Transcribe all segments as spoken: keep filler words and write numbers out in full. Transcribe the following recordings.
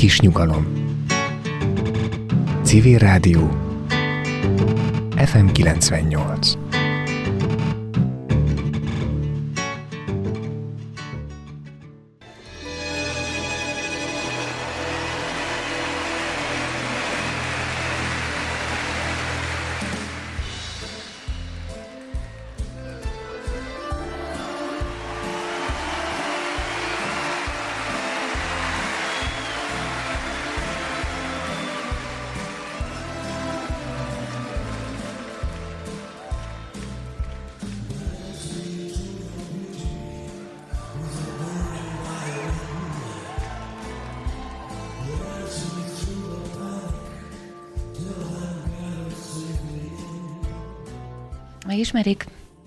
Kis nyugalom. Civil Rádió ef em kilencvennyolc. Megismerik?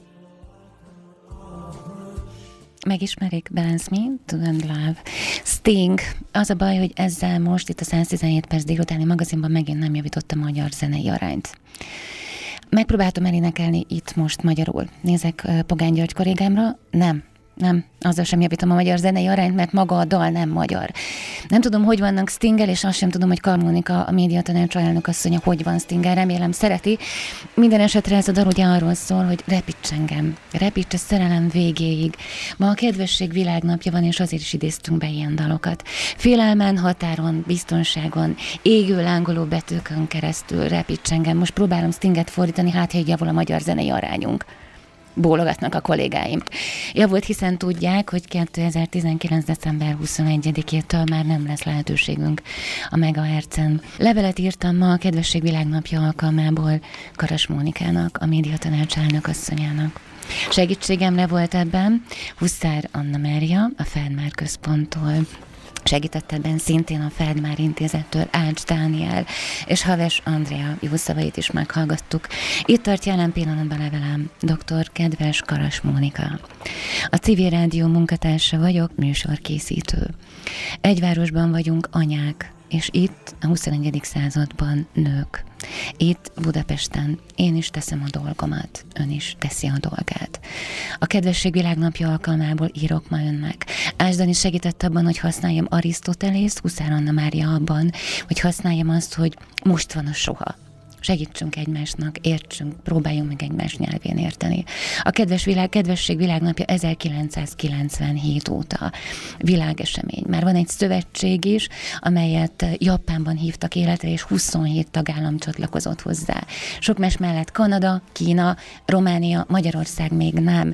Megismerik? Balance Me, To End Love. Sting. Az a baj, hogy ezzel most itt a száz tizenhét perc délutáni magazinban megint nem javított a magyar zenei arányt. Megpróbáltam elénekelni itt most magyarul. Nézek Pogány György kollégámra. Nem. Nem, azzal sem javítom a magyar zenei arányt, mert maga a dal nem magyar. Nem tudom, hogy vannak Stingel, és azt sem tudom, hogy Karl Mónika, a médiatanács elnök asszonya, hogy van Stingel, remélem szereti. Minden esetre ez a dal ugye arról szól, hogy repíts engem, repíts a szerelem végéig. Ma a kedvesség világnapja van, és azért is idéztünk be ilyen dalokat. Félelmen, határon, biztonságon, égő, lángoló betűkön keresztül repíts engem. Most próbálom Stinget fordítani, hát ha így javul a magyar zenei arányunk. Bólogatnak a kollégáim. Javult, hiszen tudják, hogy kétezer-tizenkilenc. december huszonegyedikétől már nem lesz lehetőségünk a Megahertzen. Levelet írtam ma a Kedvesség világnapja alkalmából Karas Mónikának, a médiatanács elnök asszonyának. Segítségemre volt ebben Huszár Anna Mária, a Feldmár Központtól. Segített ebben szintén a Feldmár Intézettől Ács Dániel és Haves Andrea jó szavait is meghallgattuk. Itt tart jelen pillanatban levelem dr. Kedves Karas Mónika. A Civil Rádió munkatársa vagyok, műsorkészítő. Egy városban vagyunk anyák, és itt a huszonegyedik században nők. Itt Budapesten én is teszem a dolgomat, ön is teszi a dolgát. A Kedvesség világnapja alkalmából írok ma önnek. Ásdani segített abban, hogy használjam Arisztotelészt, Huszár Anna Mária abban, hogy használjam azt, hogy most van a soha. Segítsünk egymásnak, értsünk, próbáljunk meg egymás nyelvén érteni. A kedves világ, Kedvesség világnapja ezerkilencszázkilencvenhét óta világesemény. Már van egy szövetség is, amelyet Japánban hívtak életre, és huszonhét tagállam csatlakozott hozzá. Sok más mellett Kanada, Kína, Románia, Magyarország még nem.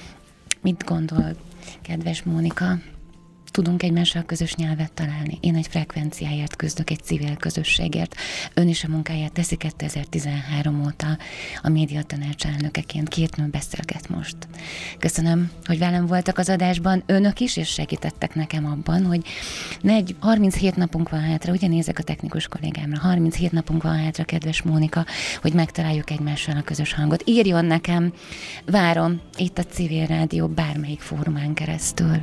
Mit gondol, kedves Mónika? Tudunk egymással közös nyelvet találni. Én egy frekvenciáért küzdök, egy civil közösségért. Ön is a munkáját teszi kétezer-tizenhárom óta a médiatanács elnökeként. Két nő beszélget most. Köszönöm, hogy velem voltak az adásban, önök is, és segítettek nekem abban, hogy negy, harminchét napunk van hátra, ugye nézek a technikus kollégámra, harminchét napunk van hátra, kedves Mónika, hogy megtaláljuk egymással a közös hangot. Írjon nekem, várom itt a Civil Rádió bármelyik fórumán keresztül.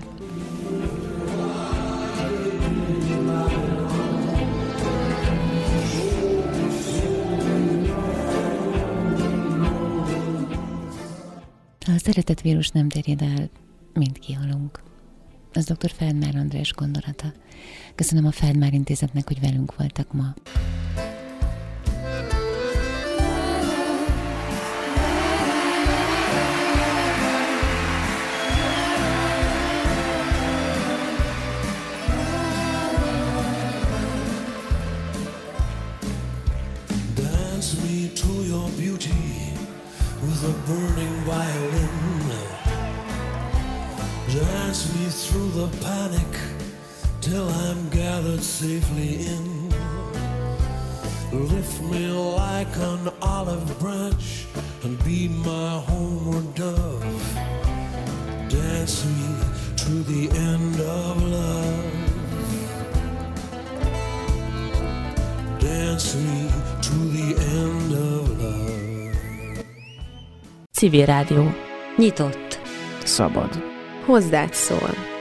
Ha a szeretetvírus nem terjed el, mind kihalunk. Az dr. Feldmár András gondolata. Köszönöm a Feldmár Intézetnek, hogy velünk voltak ma. Dance me to your beauty with a burning violin. Dance me through the panic till I'm gathered safely in. Lift me like an olive branch and be my homeward dove. Dance me to the end of love. Dance me to the end of love. Civil Rádió. Nyitott. Szabad. Hozzád szól.